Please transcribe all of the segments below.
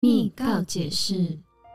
密告解释。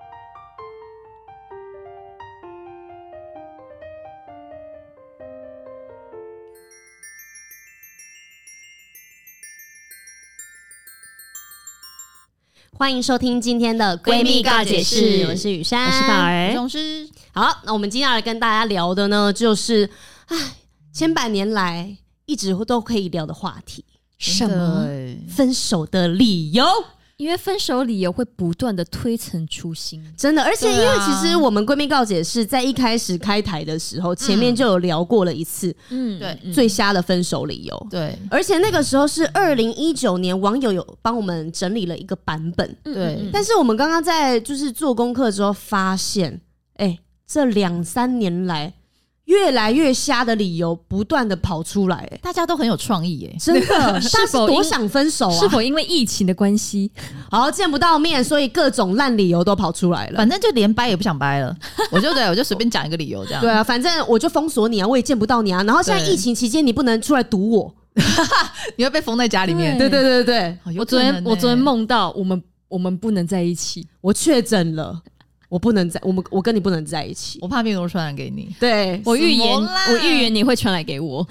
欢迎收听今天的闺蜜告解释，我是雨珊， 我是宝儿， 总之，好，那我们今天要来跟大家聊的呢，就是千百年来一直都可以聊的话题， 什么？ 分手的理由。 因为分手理由会不断的推陈出新， 真的，而且因为其实我们闺蜜告解释在一开始开台的时候，前面就有聊过了一次， 对， 最瞎的分手理由， 对， 而且那个时候是2019年，网友有帮我们整理了一个版本， 对， 但是我们刚刚在就是做功课之后发现，这2-3年来越来越瞎的理由不断的跑出来， 大家都很有创意耶， 真的，大家是多想分手啊？ 是否因为疫情的关系， 好见不到面，所以各种烂理由都跑出来了？ 反正就连掰也不想掰了，我就随便讲一个理由这样。 对啊，反正我就封锁你啊，我也见不到你啊。然后现在疫情期间，你不能出来堵我， 你会被封在家里面。 对对对对对， 我昨天梦到我们不能在一起， 我确诊了。我不能我跟你不能在一起， 我怕病毒传染给你。 对， 我预言你会传来给我。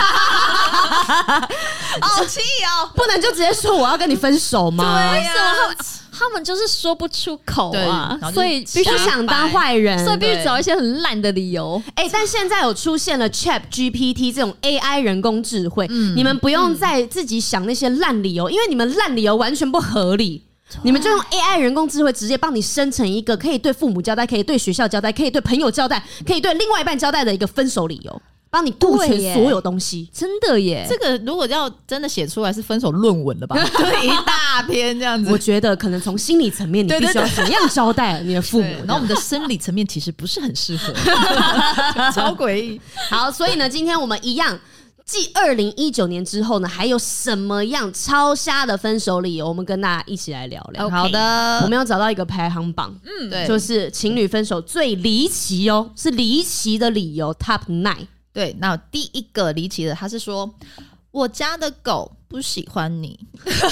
好气哦！ 不能就直接说我要跟你分手吗？ 对呀，他们就是说不出口啊，所以必须想当坏人， 所以必须找一些很烂的理由。 但现在有出现了 ChatGPT 这种 AI 人工智慧，你们不用再自己想那些烂理由，因为你们烂理由完全不合理。你们就用 AI 人工智慧直接帮你生成一个可以对父母交代、可以对学校交代、可以对朋友交代、可以对另外一半交代的一个分手理由，帮你顾全所有东西。 真的耶！ 这个如果要真的写出来是分手论文了吧？对，一大篇这样子。 我觉得可能从心理层面，你必须要怎样交代你的父母， 然后我们的生理层面其实不是很适合，超诡异。 好，所以呢，今天我们一样。继2019年之后呢，还有什么样超瞎的分手理由？我们跟大家一起来聊聊。 好的， 我们要找到一个排行榜， 对， 就是情侣分手最离奇哦，是离奇的理由 Top 9。 对，那第一个离奇的，他是说我家的狗不喜欢你，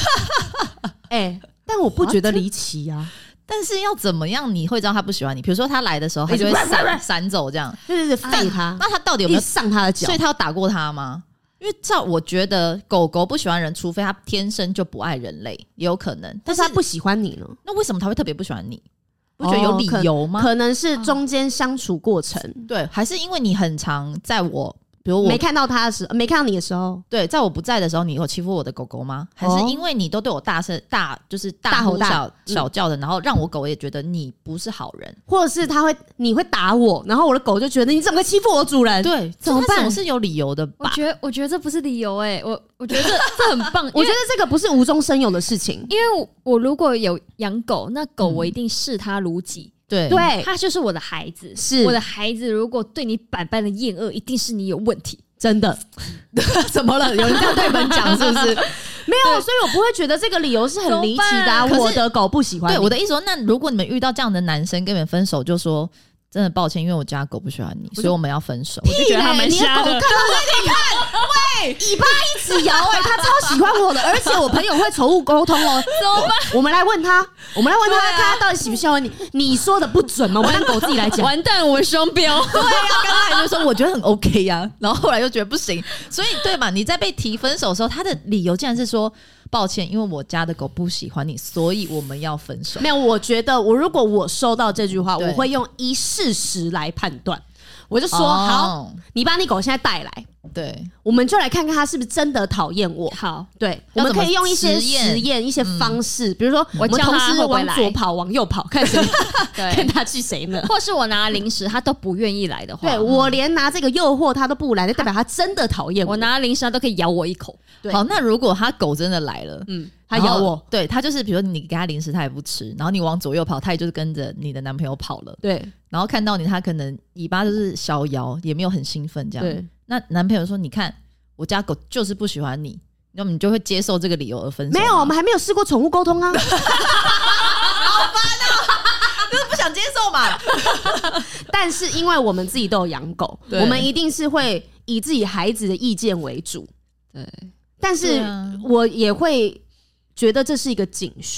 但我不觉得离奇啊。 但是要怎么样你会知道他不喜欢你？比如说他来的时候，他就会闪走这样， 就是废他。 那他到底有没有上他的脚？ 所以他有打过他吗？因为照我觉得狗狗不喜欢人，除非它天生就不爱人类，也有可能。 但是他不喜欢你呢？ 那为什么他会特别不喜欢你？不觉得有理由吗？ 可能是中间相处过程， 对，还是因为你很常在我。比如我没看到他的时候，没看到你的时候， 对，在我不在的时候，你有欺负我的狗狗吗？还是因为你都对我就是大吼小叫的，然后让我狗也觉得你不是好人， 或者是你会打我，然后我的狗就觉得你怎么会欺负我主人？ 对， 怎么办？ 总是有理由的吧？ 我觉得这不是理由我觉得这很棒。 我觉得这个不是无中生有的事情， 因为我如果有养狗，那狗我一定视它如己。 对， 他就是我的孩子， 是我的孩子。如果对你百般的厌恶，一定是你有问题， 真的。 怎么了？有人这样对你们讲是不是？ 没有，所以我不会觉得这个理由是很离奇的啊。我的狗不喜欢你。 对，我的意思说，那如果你们遇到这样的男生跟你们分手，就说真的抱歉，因为我家狗不喜欢你，所以我们要分手。 我就觉得他蛮瞎的。 你的狗看到你看，喂，尾巴一直摇，他超喜欢我的，而且我朋友会宠物沟通哦。 怎么办？ 我们来问他，看他到底喜不喜欢你。你说的不准吗？我们让狗自己来讲。 完蛋，我们双标。 对啊，刚刚还就说我觉得很 OK 啊，然后后来又觉得不行，所以对嘛？你在被提分手的时候，他的理由竟然是说抱歉，因为我家的狗不喜欢你，所以我们要分手。 没有，我觉得如果我收到这句话，我会用依事实来判断。我就说好，你把你狗现在带来， 对， 我们就来看看他是不是真的讨厌我。 好， 对，我们可以用一些实验、一些方式，比如说我们同时往左跑、往右跑，看谁看他去谁呢？ 或是我拿零食，他都不愿意来的话， 对我连拿这个诱惑他都不来，就代表他真的讨厌我。 我拿零食，他都可以咬我一口。 好，那如果他狗真的来了， 他咬我， 对他就是比如说你给他零食他也不吃，然后你往左右跑，他也就是跟着你的男朋友跑了， 对， 然后看到你他可能尾巴就是小摇，也没有很兴奋这样，对，那男朋友说你看我家狗就是不喜欢你，那么你就会接受这个理由而分手？ 没有，我们还没有试过宠物沟通啊。 好烦啊，就是不想接受嘛。 但是因为我们自己都有养狗，我们一定是会以自己孩子的意见为主， 对， 但是我也会觉得这是一个警讯，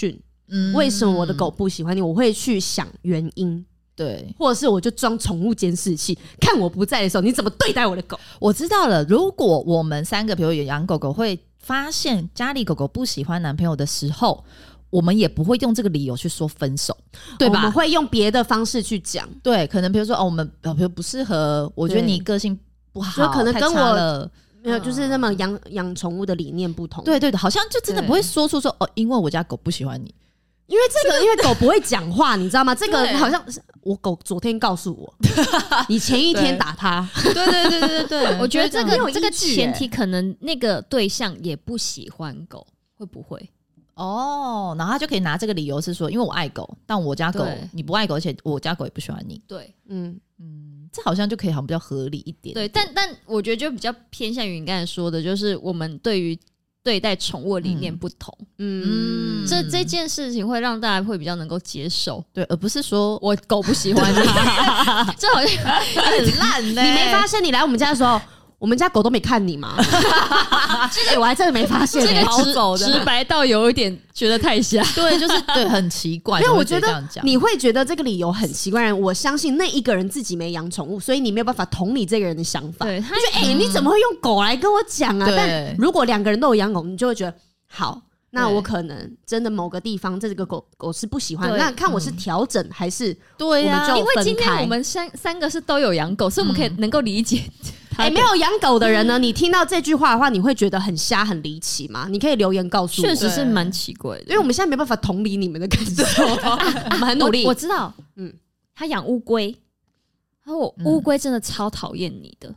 为什么我的狗不喜欢你，我会去想原因。 对， 或者是我就装宠物监视器，看我不在的时候你怎么对待我的狗。 我知道了，如果我们3个比如有养狗狗，会发现家里狗狗不喜欢男朋友的时候，我们也不会用这个理由去说分手，对吧？ 我们会用别的方式去讲。 对，可能比如说我们比如不适合，我觉得你个性不好， 就可能跟我没有，就是那么养宠物的理念不同。 对对对，好像就真的不会说出说因为我家狗不喜欢你。 因为狗不会讲话，你知道吗？这个好像是我狗昨天告诉我，你前一天打它。 对对对对对， 我觉得这个前提可能那个对象也不喜欢狗，会不会？ 然后他就可以拿这个理由是说，因为我爱狗，但我家狗你不爱狗，而且我家狗也不喜欢你。 对， 这好像就可以好像比较合理一点。 对，但我觉得就比较偏向于你刚才说的，就是我们对于对待宠物理念不同，这件事情会让大家会比较能够接受， 对，而不是说我狗不喜欢你，这好像很烂欸。 你没发现你来我们家的时候，我们家狗都没看你吗？我还真的没发现， 这个直白到有一点觉得太瞎。 对，就是对，很奇怪。 因为我觉得你会觉得这个理由很奇怪，我相信那一个人自己没养宠物，所以你没有办法同理这个人的想法。 对， 他就你怎么会用狗来跟我讲啊？但如果2个人都有养狗，你就会觉得好。那我可能真的某个地方这个狗是不喜欢的，那看我是调整还是对呀？ 因为今天我们三个是都有养狗，所以我们可以能够理解。 没有养狗的人呢，你听到这句话的话，你会觉得很瞎很离奇吗？你可以留言告诉我。 确实是蛮奇怪的， 因为我们现在没办法同理你们的感受。我们很努力。 我知道，他养乌龟，然后乌龟真的超讨厌你的。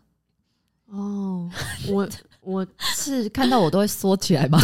我是看到我都会缩起来吗？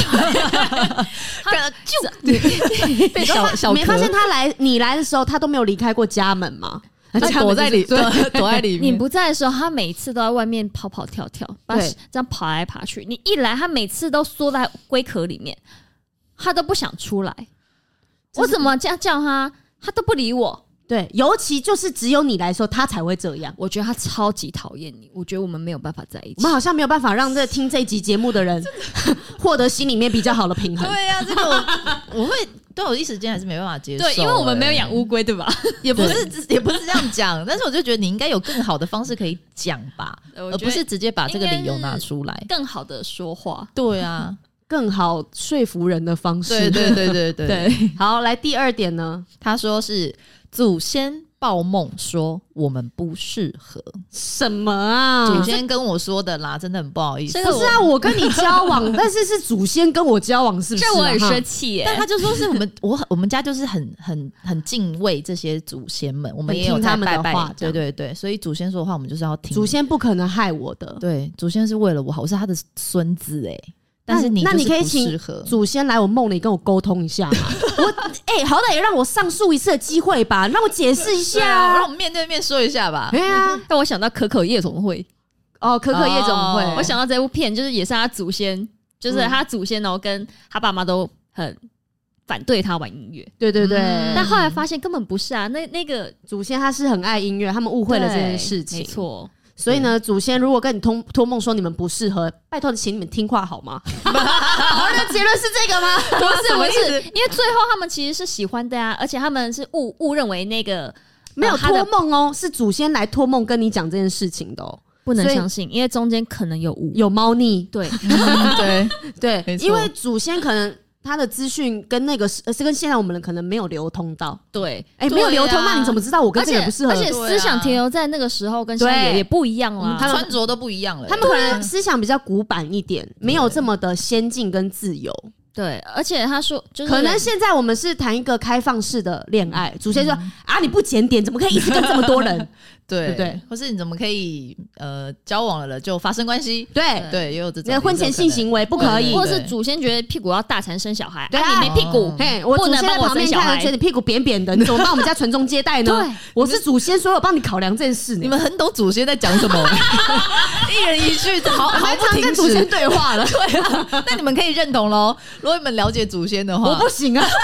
被小没发现你来的时候，他都没有离开过家门吗？ 他躲在里面。 你不在的时候，他每次都在外面跑跑跳跳，这样跑来爬去。你一来，他每次都缩在龟壳里面，他都不想出来。我怎么这样叫他，他都不理我。 对，尤其就是只有你来的时候，他才会这样。 我觉得他超级讨厌你，我觉得我们没有办法在一起。 我们好像没有办法让听这集节目的人获得心里面比较好的平衡。 对呀，这个我会对我一时间还是没办法接受。 对，因为我们没有养乌龟，对吧？ 也不是这样讲，但是我就觉得你应该有更好的方式可以讲吧，而不是直接把这个理由拿出来。 更好的说话， 对啊， 更好说服人的方式。 对。 好，来第2点呢， 他说是祖先报梦说我们不适合。 什么啊？ 祖先跟我说的啦，真的很不好意思。 不是啊，我跟你交往，但是祖先跟我交往，是不是？ 这我很生气耶。 但他就说是我们家就是很敬畏这些祖先们，我们也有在拜拜。对，所以祖先说的话，我们就是要听。 祖先不可能害我的， 对，祖先是为了我好，我是他的孙子但是你可以请祖先来我梦里跟我沟通一下嘛？好歹也让我上诉一次的机会吧，让我解释一下， 让我们面对面说一下吧。 对啊， 让我想到可可夜总会可可夜总会， 我想到这部片就是也是他祖先，就是他祖先跟他爸妈都很反对他玩音乐。 对， 但后来发现根本不是啊，那个祖先他是很爱音乐，他们误会了这件事情， 没错。 所以呢，祖先如果跟你托梦说你们不适合，拜托请你们听话好吗？好的结论是这个吗？ 不是，因为最后他们其实是喜欢的啊，而且他们是误认为那个没有托梦是祖先来托梦跟你讲这件事情的不能相信，因为中间可能有猫腻。 对对，因为祖先可能他的资讯跟那个是跟现在我们可能没有流通到。 对， 没有流通，那你怎么知道我跟这个人不适合？ 而且思想停留在那个时候跟现在也不一样了， 他穿着都不一样了。 他们可能思想比较古板一点，没有这么的先进跟自由。 对，而且他说，就是可能现在我们是谈一个开放式的恋爱，祖先说你不检点，怎么可以一直跟这么多人？对不对？ 或是你怎么可以交往了就发生关系？ 对， 也有这种婚前性行为不可以， 或是祖先觉得屁股要大才生小孩，你没屁股， 我祖先在旁边看觉得你屁股扁扁的，你怎么帮我们家传宗接代呢？对，我是祖先，所以我帮你考量这件事。 你们很懂祖先在讲什么，一人一句，毫不停止跟祖先对话了。 对啊，那你们可以认同咯。如果你们了解祖先的话， 我不行啊，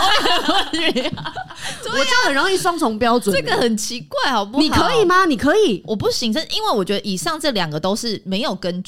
我就很容易双重标准， 这个很奇怪，好不好？ 你可以吗？你可以， 我不行，因为我觉得以上这2个都是没有根据。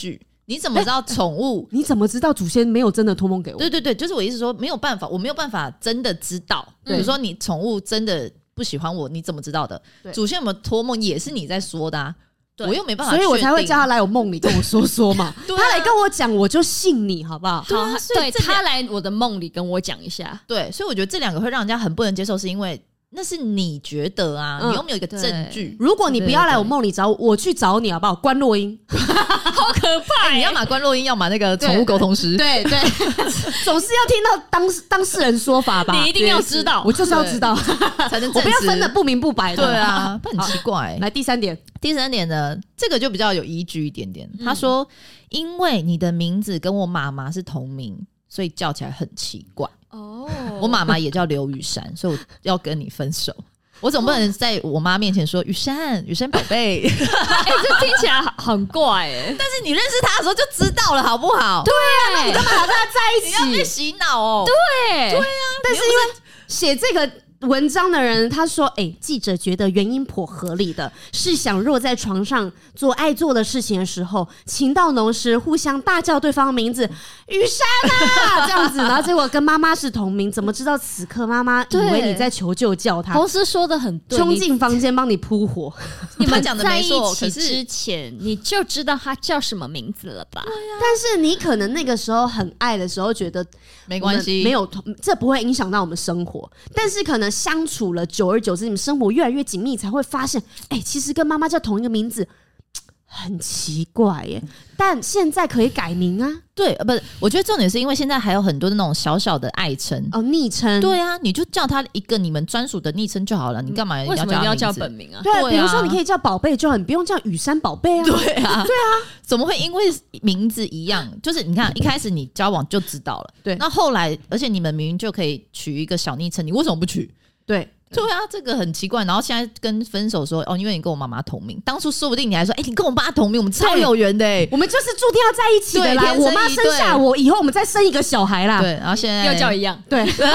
你怎么知道宠物？ 你怎么知道祖先没有真的托梦给我？ 对对对，就是我意思说没有办法，我没有办法真的知道。比如说你宠物真的不喜欢我，你怎么知道的？祖先有没有托梦也是你在说的啊。我又没办法， 所以我才会叫他来我梦里跟我说嘛。 对啊， 他来跟我讲，我就信你，好不好？ 好，对他来我的梦里跟我讲一下。 对，所以我觉得这2个会让人家很不能接受，是因为那是你觉得啊，你又没有一个证据。 如果你不要来我梦里找我，我去找你好不好？关洛音， 好可怕！ 你要买关洛音，要买那个宠物沟通师。 对对，总是要听到当事人说法吧？ 你一定要知道， 我就是要知道， 才能我不要分得不明不白的。 对啊，不很奇怪。 来第3点。 第3点呢，这个就比较有依据一点点。他说，因为你的名字跟我妈妈是同名，所以叫起来很奇怪。哦，我妈妈也叫刘雨珊，所以我要跟你分手。我总不能在我妈面前说雨珊宝贝， 这听起来很怪但是你认识他的时候就知道了，好不好？ 对啊，那你干嘛要跟他在一起？ 你要被洗脑哦。 对啊， 但是因为写这个文章的人他说记者觉得原因颇合理的，是想若在床上做爱做的事情的时候情到浓时互相大叫对方的名字雨珊啊这样子，然后结果跟妈妈是同名，怎么知道此刻妈妈以为你在求救叫他？ 同时说的很对， 冲进房间帮你扑火。 你们讲的没错， 在一起之前你就知道他叫什么名字了吧？ 但是你可能那个时候很爱的时候觉得没关系， 没有，这不会影响到我们生活，但是可能相处了久而久之，你们生活越来越紧密，才会发现其实跟妈妈叫同一个名字很奇怪耶，但现在可以改名啊。 对，不是，我觉得重点是因为现在还有很多的那种小小的爱称昵称。 对啊，你就叫他一个你们专属的昵称就好了，你干嘛为什么要叫本名啊？ 对啊，比如说你可以叫宝贝就好，你不用叫雨珊宝贝啊。 对啊，怎么会因为名字一样？就是你看一开始你交往就知道了，对，那后来而且你们明明就可以取一个小昵称，你为什么不取？对啊，这个很奇怪。然后现在跟分手说因为你跟我妈妈同名，当初说不定你还说你跟我妈同名，我们超有缘的我们就是注定要在一起的啦。我妈生下我以后，我们再生一个小孩啦。 对，然后现在要叫一样， 对， 是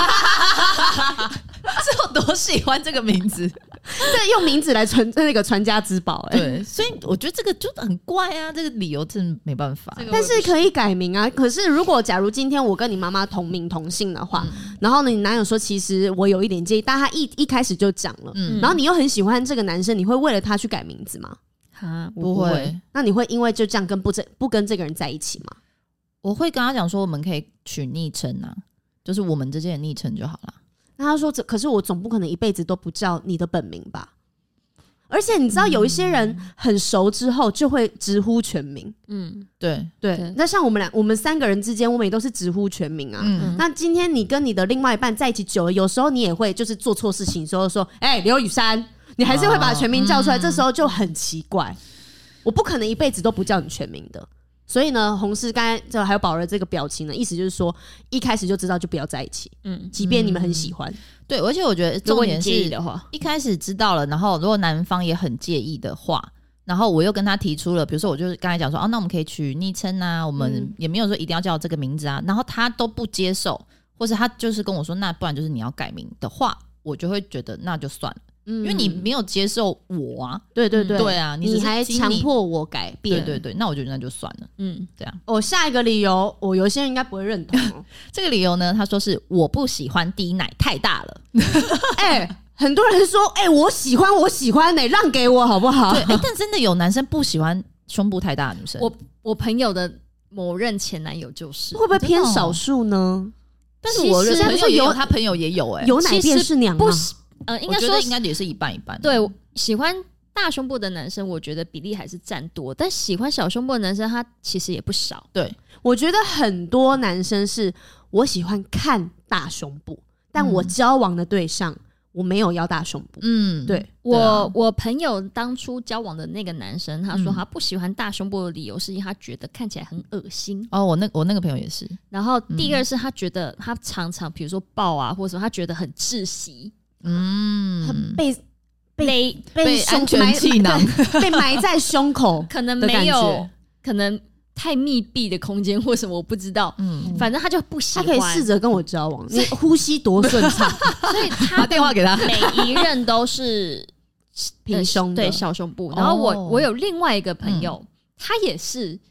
有多喜欢这个名字？ 对，用名字来传家之宝对，所以我觉得这个就很怪啊，这个理由真的没办法。 但是可以改名啊。可是如果假如今天我跟你妈妈同名同姓的话，然后呢，你男友说其实我有一点介意，但他一开始就讲了，然后你又很喜欢这个男生，你会为了他去改名字吗？ 不会。 那你会因为就这样不跟这个人在一起吗？ 我会跟他讲说，我们可以取昵称啊，就是我们之间的昵称就好了。 那他说可是我总不可能一辈子都不叫你的本名吧？而且你知道有一些人很熟之后就会直呼全名。对。那像我们3个人之间，我们也都是直呼全名啊。那今天你跟你的另外一半在一起久了，有时候你也会就是做错事情的时候说刘雨珊，你还是会把全名叫出来，这时候就很奇怪。我不可能一辈子都不叫你全名的。所以呢，红师刚才就还有宝儿这个表情呢，意思就是说一开始就知道就不要在一起，即便你们很喜欢。 对，而且我觉得重点是介意的话， 一开始知道了，然后如果男方也很介意的话，然后我又跟他提出了，比如说我就是刚才讲说那我们可以取昵称啊，我们也没有说一定要叫这个名字啊，然后他都不接受，或是他就是跟我说那不然就是你要改名的话，我就会觉得那就算了。因为你没有接受我啊， 对啊， 你还强迫我改变， 对，那我觉得那就算了，这样。 下一个理由，有些人应该不会认同这个理由呢，他说是我不喜欢低奶太大了。 很多人说，我喜欢让给我好不好？ 对，但真的有男生不喜欢胸部太大的女生。 我朋友的某任前男友就是， 会不会偏少数呢？ 但是我的朋友也有，他朋友也有有奶便是娘吗？ 应该说应该也是一半一半。 对，喜欢大胸部的男生，我觉得比例还是占多，但喜欢小胸部的男生，他其实也不少。 对， 我觉得很多男生是我喜欢看大胸部，但我交往的对象我没有要大胸部。对， 我朋友当初交往的那个男生，他说他不喜欢大胸部的理由是因为他觉得看起来很恶心。 我那个朋友也是。 然后第二是他觉得他常常比如说抱啊或者什么，他觉得很窒息。 被安全气囊被埋在胸口， 可能没有，可能太密闭的空间或什么我不知道。反正他就不喜欢。 他可以试着跟我交往，你呼吸多顺畅。 所以他打电话给他， 每一任都是平胸的， 对小胸部。然后我有另外一个朋友，他也是。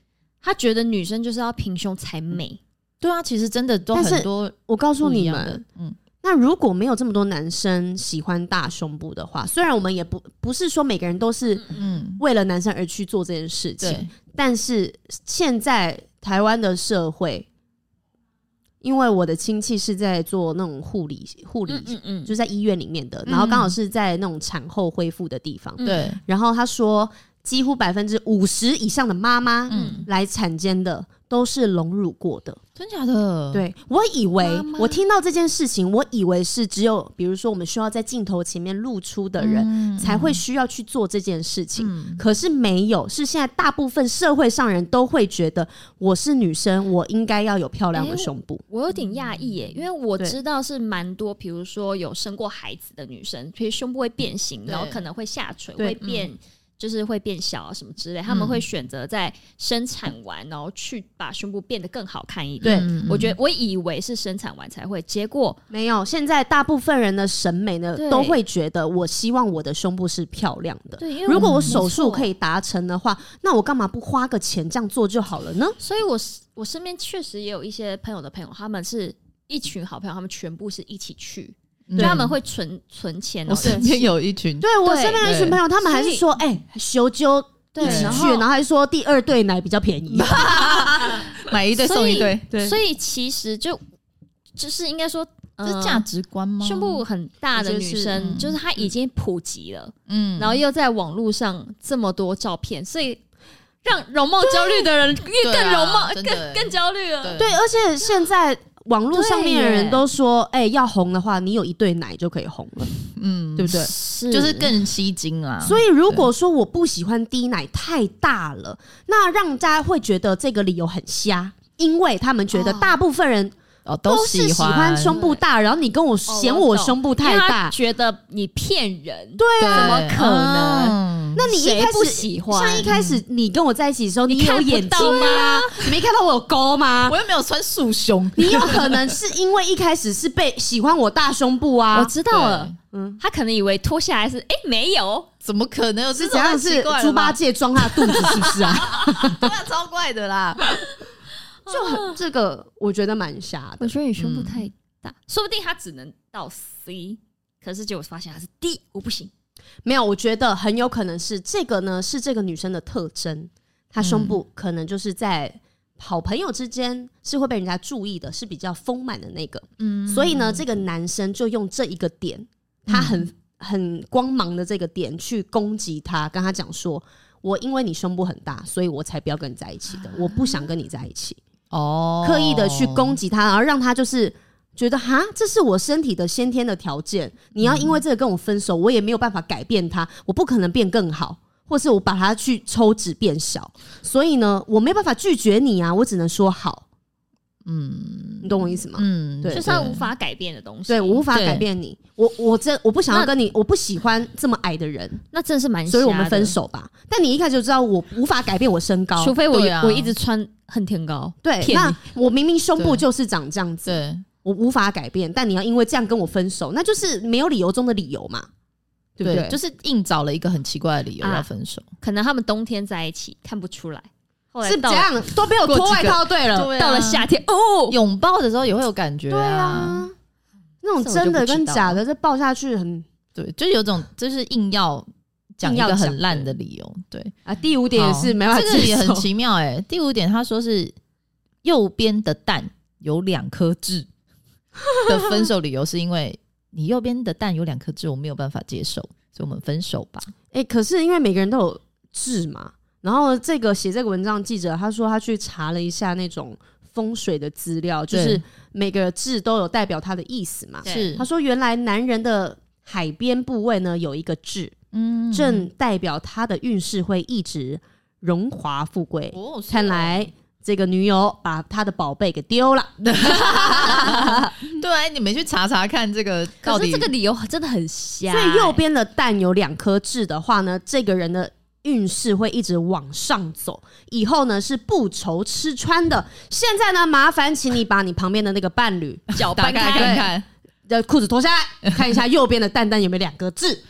他觉得女生就是要平胸才美。 对啊，其实真的都很多。 我告诉你们，那如果没有这么多男生喜欢大胸部的话，虽然我们也不是说每个人都是为了男生而去做这件事情，但是现在台湾的社会，因为我的亲戚是在做那种护理，就是在医院里面的，然后刚好是在那种产后恢复的地方， 对。 然后他说，几乎50%以上的妈妈来产检的都是隆乳过的。 真假的？ 对，我以为我听到这件事情，我以为是只有比如说我们需要在镜头前面露出的人才会需要去做这件事情，可是没有，是现在大部分社会上人都会觉得我是女生，我应该要有漂亮的胸部。 我有点讶异耶，因为我知道是蛮多，比如说有生过孩子的女生，所以胸部会变形，然后可能会下垂，会变。就是会变小啊什么之类，他们会选择在生产完然后去把胸部变得更好看一点。对，我觉得我以为是生产完才会，结果没有。现在大部分人的审美呢，都会觉得我希望我的胸部是漂亮的。对，如果我手术可以达成的话，那我干嘛不花个钱这样做就好了呢？ 所以我身边确实也有一些朋友的朋友，他们是一群好朋友，他们全部是一起去。就他们会存钱， 我身边有一群， 对我身边有一群朋友，他们还是说，修揪一起去，然后还说第2对奶比较便宜， 买1对送1对。 对，所以其实就是应该说， 这是价值观吗？ 胸部很大的女生，就是她已经普及了，然后又在网络上这么多照片，所以让容貌焦虑的人更容貌更焦虑了。 对，而且现在。网络上面的人都说，要红的话，你有1对奶就可以红了，对不对？ 就是更吸睛啊。 所以如果说我不喜欢低奶太大了，那让大家会觉得这个理由很瞎，因为他们觉得大部分人都是喜欢胸部大，然后你跟我嫌我胸部太大， 觉得你骗人， 对啊， 怎么可能？ 那你一开始不喜欢， 像一开始你跟我在一起的时候，你有眼睛吗？你没看到我有沟吗？ 我又没有穿束胸。 你有可能是因为一开始是被喜欢我大胸部啊。 我知道了，他可能以为脱下来是没有， 怎么可能有这种？ 怎样是猪八戒装他的肚子是不是啊？ 对啊，超怪的啦。 就这个我觉得蛮瞎的。 我觉得你胸部太大，说不定他只能到 C， 可是结果发现他是 D， 我不行。 没有，我觉得很有可能是这个呢，是这个女生的特征，她胸部可能就是在好朋友之间是会被人家注意的，是比较丰满的那个，所以呢，这个男生就用这一个点，他很光芒的这个点去攻击他，跟他讲说，我因为你胸部很大，所以我才不要跟你在一起的，我不想跟你在一起，刻意的去攻击他，然后让他就是觉得哈，这是我身体的先天的条件，你要因为这个跟我分手，我也没有办法改变它，我不可能变更好，或是我把它去抽脂变小，所以呢，我没办法拒绝你啊，我只能说好。你懂我意思吗？ 对，就是他无法改变的东西。 对，我无法改变你，我不想要跟你，我不喜欢这么矮的人， 那真的是蛮瞎的， 所以我们分手吧。但你一开始就知道我无法改变我身高， 除非我一直穿恨天高。 对，那我明明胸部就是长这样子， 对， 我无法改变，但你要因为这样跟我分手，那就是没有理由中的理由嘛，对不对？ 就是硬找了一个很奇怪的理由要分手。 可能他们冬天在一起看不出来，后来是这样都没有脱外套。对了， 到了夏天拥抱的时候也会有感觉。 对啊，那种真的跟假的，这抱下去很对，就有种就是硬要讲一个很烂的理由。对啊，第5点也是没办法接受， 这个也很奇妙第5点他说是右边的蛋有2颗痣的分手理由是因为你右边的蛋有2颗痣，我没有办法接受，所以我们分手吧。 可是因为每个人都有痣嘛，然后这个写这个文章记者他说他去查了一下那种风水的资料，就是每个痣都有代表他的意思嘛。是，他说原来男人的海边部位呢有一个痣，正代表他的运势会一直荣华富贵。看来这个女友把他的宝贝给丢了。 对，你们去查查看这个到底。 可是这个理由真的很瞎。 所以右边的蛋有2颗痣的话呢，这个人的运势会一直往上走，以后呢是不愁吃穿的。现在呢，麻烦请你把你旁边的那个伴侣脚搬开看看， 的裤子脱下来，看一下右边的蛋蛋有没有2个痣。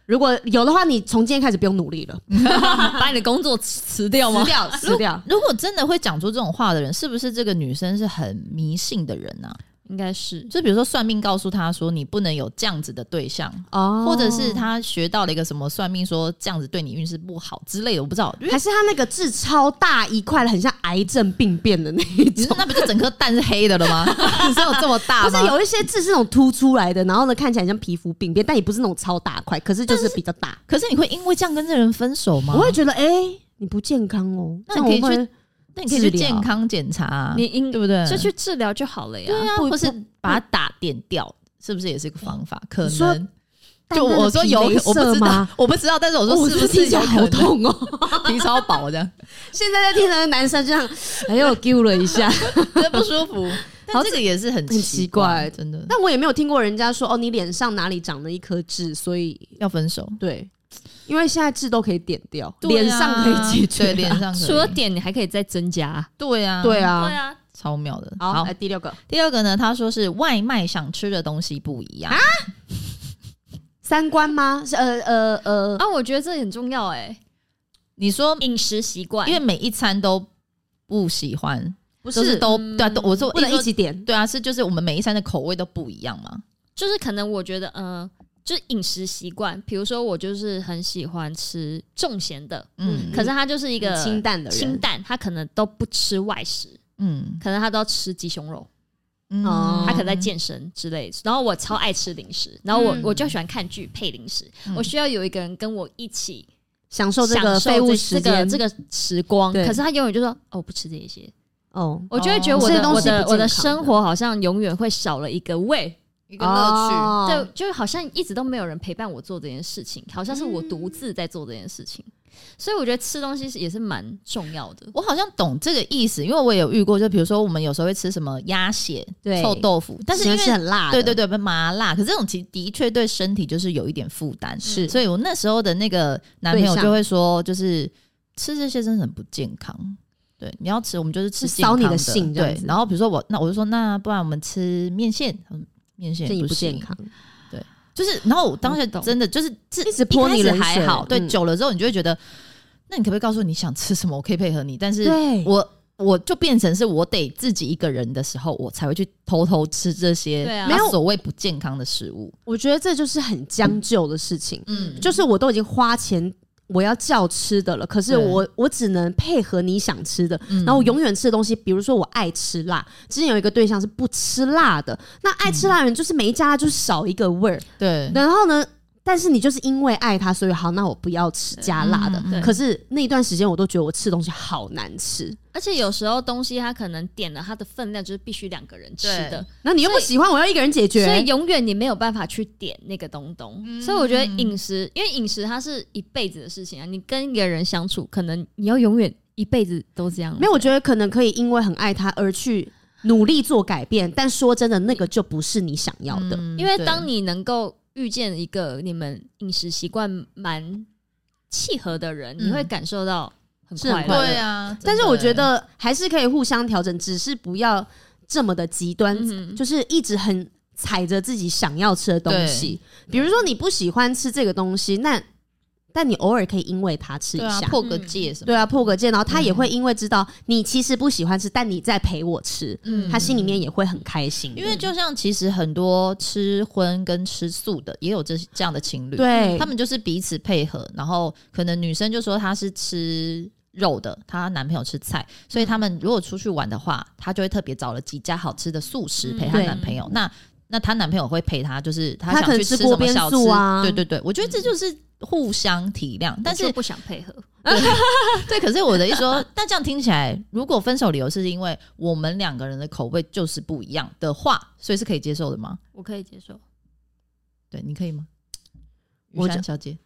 如果有的话，你从今天开始不用努力了， 把你的工作辞掉吗？ 辞掉。 如果真的会讲出这种话的人，是不是这个女生是很迷信的人啊？ 应该是， 就比如说算命告诉他说你不能有这样子的对象，或者是他学到了一个什么算命说这样子对你运势不好之类的，我不知道。 还是他那个痣超大一块的，很像癌症病变的那一种。 那不就整颗蛋是黑的了吗？你说有这么大吗？ 不是有一些痣是那种凸出来的，然后呢看起来像皮肤病变，但也不是那种超大块，可是就是比较大。 可是你会因为这样跟这人分手吗？ 我会觉得你不健康哦， 那你可以去。那你可以去健康检查啊，对不对？ 就去治疗就好了呀。 对啊，或是把它点掉，是不是也是一个方法？可能就我说有，我不知道，但是我说是不是有好痛哦， 皮超薄的。 现在在听的男生这样，丢了一下， 觉得不舒服。但这个也是很奇怪，真的。 但我也没有听过人家说你脸上哪里长了一颗痣，所以要分手。 对。因为现在痣都可以点掉，脸上可以解决， 对，脸上可以。 除了点，你还可以再增加。 对啊，超妙的。 好，来第六个呢？他说是外卖想吃的东西不一样啊， 三观吗？ 我觉得这很重要你说饮食习惯， 因为每一餐都不喜欢， 不是都对啊，我说不能一起点， 对啊，就是我们每一餐的口味都不一样嘛。 就是可能我觉得就是饮食习惯，比如说我就是很喜欢吃重咸的，可是他就是一个清淡的人， 清淡，他可能都不吃外食，可能他都要吃鸡胸肉，他可能在健身之类的。然后我超爱吃零食，然后我就喜欢看剧配零食，我需要有一个人跟我一起享受这个废物时间， 这个时光。可是他永远就说我不吃这些，我就会觉得我的生活好像永远会少了一个味。 一个乐趣， 对，就好像一直都没有人陪伴我做这件事情，好像是我独自在做这件事情，所以我觉得吃东西也是蛮重要的。 我好像懂这个意思，因为我也有遇过，就比如说我们有时候会吃什么鸭血、臭豆腐，但是因为是很辣的， 对，麻辣，可是这种其实的确对身体就是有一点负担， 是， 所以我那时候的那个男朋友就会说，就是吃这些真的很不健康。对，你要吃，我们就是吃健康的， 烧你的性， 对。然后比如说我就说，那不然我们吃面线。面线也不健康， 对，就是，然后我当时真的就是一直泼你冷水， 还好，对，久了之后你就会觉得，那你可不可以告诉我你想吃什么，我可以配合你，但是我就变成是我得自己一个人的时候，我才会去偷偷吃这些没有所谓不健康的食物。 我觉得这就是很将就的事情，就是我都已经花钱。我要叫吃的了，可是我只能配合你想吃的，然后我永远吃的东西，比如说我爱吃辣，之前有一个对象是不吃辣的，那爱吃辣的人就是每一家就是少一个味儿， 对， 然后呢，但是你就是因为爱他，所以好，那我不要吃加辣的。可是那一段时间我都觉得我吃东西好难吃， 而且有时候东西他可能点了他的分量就是必须2个人吃的， 那你又不喜欢，我要一个人解决， 所以永远你没有办法去点那个东。所以我觉得饮食，因为饮食它是一辈子的事情啊，你跟一个人相处，可能你要永远一辈子都这样。 没有，我觉得可能可以因为很爱他而去努力做改变，但说真的，那个就不是你想要的， 因为当你能够遇见一个你们饮食习惯蛮契合的人，你会感受到很快乐。 对啊， 但是我觉得还是可以互相调整，只是不要这么的极端，就是一直很踩着自己想要吃的东西。比如说你不喜欢吃这个东西，但你偶尔可以因为他吃一下， 破个戒什么？ 对啊，破个戒，然后他也会因为知道你其实不喜欢吃，但你在陪我吃，他心里面也会很开心。 因为就像其实很多吃荤跟吃素的也有这样的情侣， 对， 他们就是彼此配合，然后可能女生就说她是吃肉的，她男朋友吃菜，所以他们如果出去玩的话，她就会特别找了几家好吃的素食陪她男朋友。那她男朋友会陪她，就是她想去吃什么小吃啊？ 对，我觉得这就是互相体谅，但是不想配合。 对，可是我的意思说，那这样听起来，如果分手理由是因为我们2个人的口味就是不一样的话，所以是可以接受的吗？ 我可以接受。 对，你可以吗？雨珊小姐，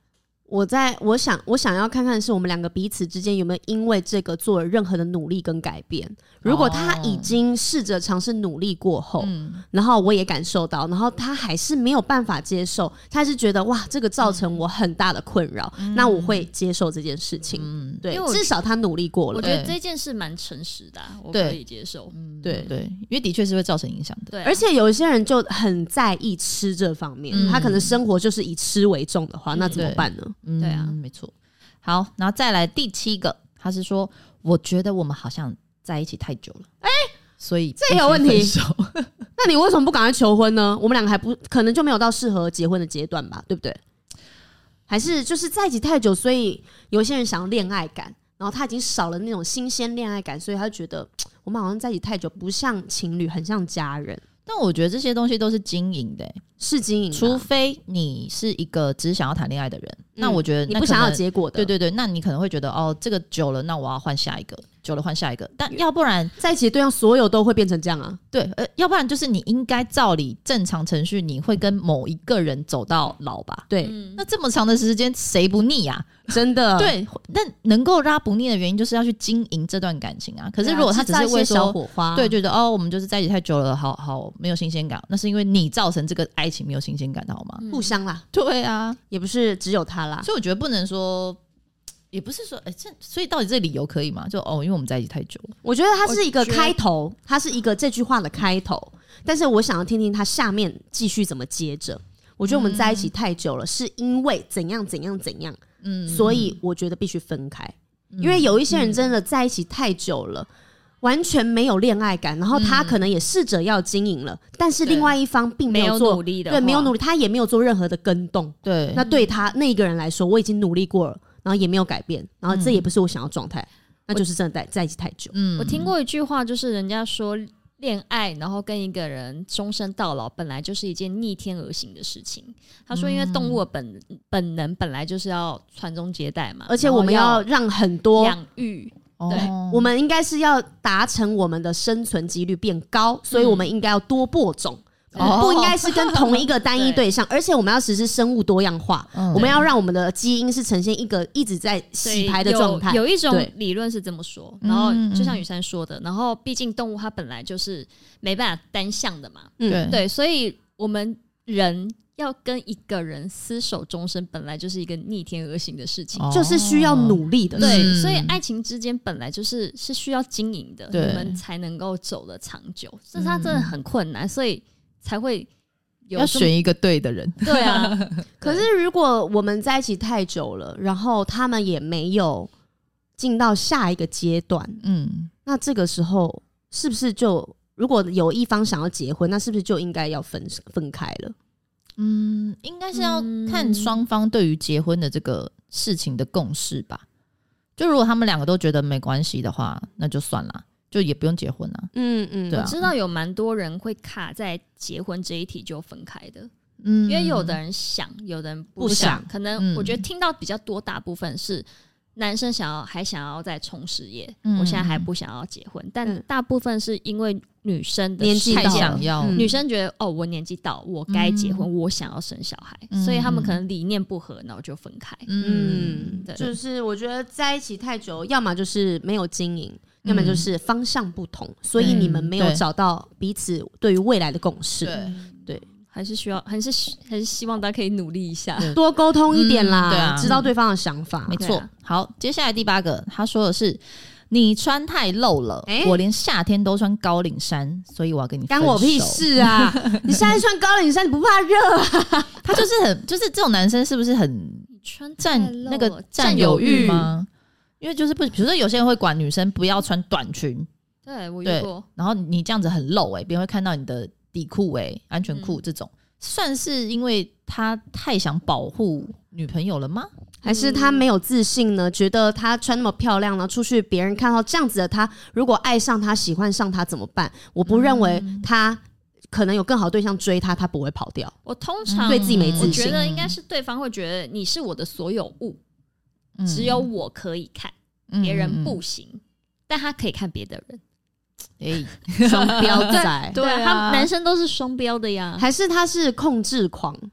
我想要看看是我们两个彼此之间有没有因为这个做了任何的努力跟改变。如果他已经试着尝试努力过后，然后我也感受到，然后他还是没有办法接受，他还是觉得哇这个造成我很大的困扰，那我会接受这件事情。对，至少他努力过了。 我觉得这件事蛮诚实的我可以接受。 对，因为的确是会造成影响的。 对， 而且有一些人就很在意吃这方面，他可能生活就是以吃为重的话，那怎么办呢？ 对啊， 没错。好，然后再来第7个，他是说，我觉得我们好像在一起太久了，所以这也有问题。那你为什么不赶快求婚呢？我们两个还不可能就没有到适合结婚的阶段吧，对不对？还是就是在一起太久，所以有些人想要恋爱感，然后他已经少了那种新鲜恋爱感，所以他就觉得我们好像在一起太久，不像情侣，很像家人。 但我觉得这些东西都是经营的是经营的， 除非你是一个只想要谈恋爱的人，那我觉得你不想要结果的， 对，那你可能会觉得这个久了，那我要换下一个，久了换下一个。但要不然在一起的对象所有都会变成这样啊？ 对，要不然就是你应该照理正常程序，你会跟某一个人走到老吧？ 对， 那这么长的时间，谁不腻啊？ 真的， 对，但能够让他不腻的原因，就是要去经营这段感情啊。可是如果他只是为说小火花， 对，觉得我们就是在一起太久了，好没有新鲜感，那是因为你造成这个爱情没有新鲜感的好吗？ 互相啦， 对啊， 也不是只有他啦， 所以我觉得不能说，也不是说，所以到底这个理由可以吗？就因为我们在一起太久了。 我觉得它是一个开头，它是一个这句话的开头，但是我想要听听他下面继续怎么接着。我觉得我们在一起太久了，是因为怎样怎样怎样，所以我觉得必须分开。因为有一些人真的在一起太久了，完全没有恋爱感，然后他可能也试着要经营了，但是另外一方并没有做努力的， 对，没有努力，他也没有做任何的跟动。 对， 那对他那一个人来说，我已经努力过了，然后也没有改变，然后这也不是我想要状态，那就是真的在一起太久。 我听过一句话，就是人家说恋爱然后跟一个人终身到老本来就是一件逆天而行的事情。他说因为动物的本能本来就是要传宗接代嘛， 而且我们要让很多养育，对， 我们应该是要达成我们的生存几率变高，所以我们应该要多播种，不应该是跟同一个单一对象，而且我们要实施生物多样化，我们要让我们的基因是呈现一个一直在洗牌的状态。 有一种理论是这么说，然后就像雨珊说的，然后毕竟动物它本来就是没办法单向的嘛，对，所以我们人要跟一个人厮守终身，本来就是一个逆天而行的事情， 就是需要努力的。 对，所以爱情之间本来是需要经营的，你们才能够走得长久。这它真的很困难，所以才会要选一个对的人。 对啊， 可是如果我们在一起太久了，然后他们也没有进到下一个阶段，那这个时候是不是就如果有一方想要结婚，那是不是就应该要分开了？ 应该是要看双方对于结婚的这个事情的共识吧。就如果他们两个都觉得没关系的话，那就算了，就也不用结婚了。对啊， 我知道有蛮多人会卡在结婚这一题就分开的，因为有的人想，有的人不想。可能我觉得听到比较多，大部分是男生还想要再冲事业，我现在还不想要结婚，但大部分是因为女生的年纪太想要， 女生觉得我年纪到，我该结婚，我想要生小孩，所以他们可能理念不合，然后就分开。 对，就是我觉得在一起太久，要么就是没有经营，要么就是方向不同，所以你们没有找到彼此对于未来的共识。对。 还是希望大家可以努力一下， 多沟通一点啦， 对啊， 知道对方的想法。 没错。好，接下来第8个，他说的是你穿太露了，我连夏天都穿高领衫，所以我要跟你分手。 干我屁事啊！你现在穿高领衫，你不怕热啊？ 他就是这种男生是不是很占有欲吗？因为就是比如说有些人会管女生不要穿短裙， 对我遇过， 然后你这样子很露别人会看到你的底裤安全裤这种，算是因为他太想保护女朋友了吗？ 还是他没有自信呢？觉得他穿那么漂亮呢，出去别人看到这样子的他，如果爱上他喜欢上他怎么办？我不认为他可能有更好的对象追他，他不会跑掉。 我通常对自己没自信， 我觉得应该是对方会觉得你是我的所有物，只有我可以看，别人不行，但他可以看别的人。 双标仔， 对，他男生都是双标的呀。 还是他是控制狂？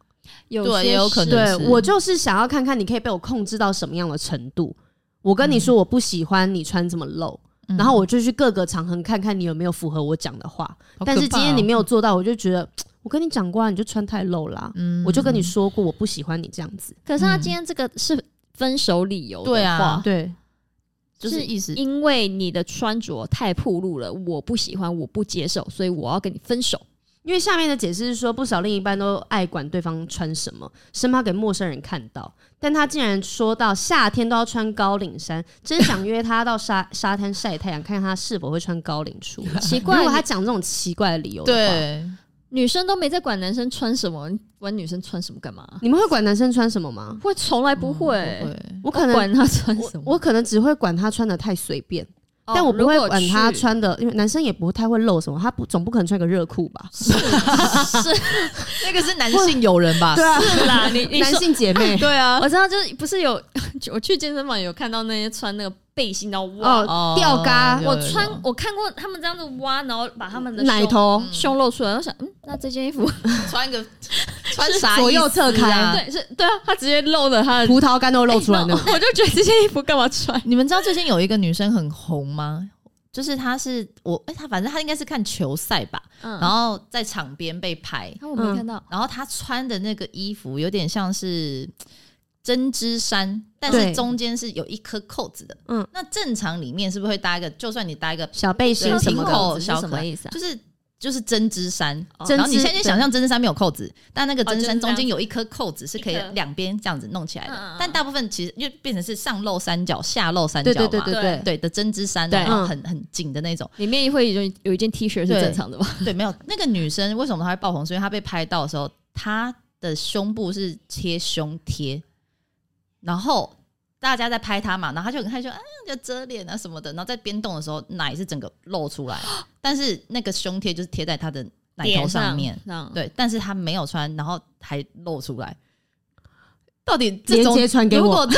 对，也有可能对是我就是想要看看你可以被我控制到什么样的程度。我跟你说我不喜欢你穿这么露，然后我就去各个场合看看你有没有符合我讲的话。但是今天你没有做到，我就觉得我跟你讲过你就穿太露啦。我就跟你说过我不喜欢你这样子。 可是他今天这个是分手理由的话， 对啊， 对， 就是意思因为你的穿着太暴露了，我不喜欢，我不接受，所以我要跟你分手。 因为下面的解释是说，不少另一半都爱管对方穿什么，生怕给陌生人看到。但他竟然说到夏天都要穿高领衫，真想约他到沙滩晒太阳，看看他是否会穿高领出来。 奇怪， 如果他讲这种奇怪的理由的话， 对， 女生都没在管男生穿什么，管女生穿什么干嘛？ 你们会管男生穿什么吗？ 会，从来不会。 我可能管他穿什么， 我可能只会管他穿的太随便。但我不会管他穿的，因为男生也不太会露什么，他总不可能穿个热裤吧？ 是那个是男性友人吧？ 对啊， 是啦，你男性姐妹， 对啊， 我知道，就是不是有我去健身房有看到那些穿那个背心然后挖吊嘎， 我看过他们这样子挖，然后把他们的奶头胸露出来，我想那这件衣服穿啥左右侧开， 对啊，他直接露了他的葡萄干都露出来那种， 我就觉得这件衣服干嘛穿？ 你们知道最近有一个女生很红吗？就是她是她反正她应该是看球赛吧，然后在场边被拍， 我没看到， 然后她穿的那个衣服有点像是针织衫，但是中间是有一颗扣子的。那正常里面是不是会搭一个？就算你搭一个小背心平扣， 小什么意思啊？ 就是针织衫，然后你现在想象针织衫没有扣子，但那个针织衫中间有一颗扣子是可以两边这样子弄起来的。但大部分其实就变成是上露三角下露三角嘛，对的针织衫，然后很紧的那种， 里面会有一件 T 恤是正常的吗？ 对，没有。那个女生为什么她会爆红？是因为她被拍到的时候，她的胸部是贴胸贴，然后大家在拍她嘛，然后她就很害羞，就遮脸啊什么的，然后在边动的时候奶是整个露出来，但是那个胸贴就是贴在她的奶头上面，对，但是她没有穿，然后还露出来。到底这种连接传给我， 如果这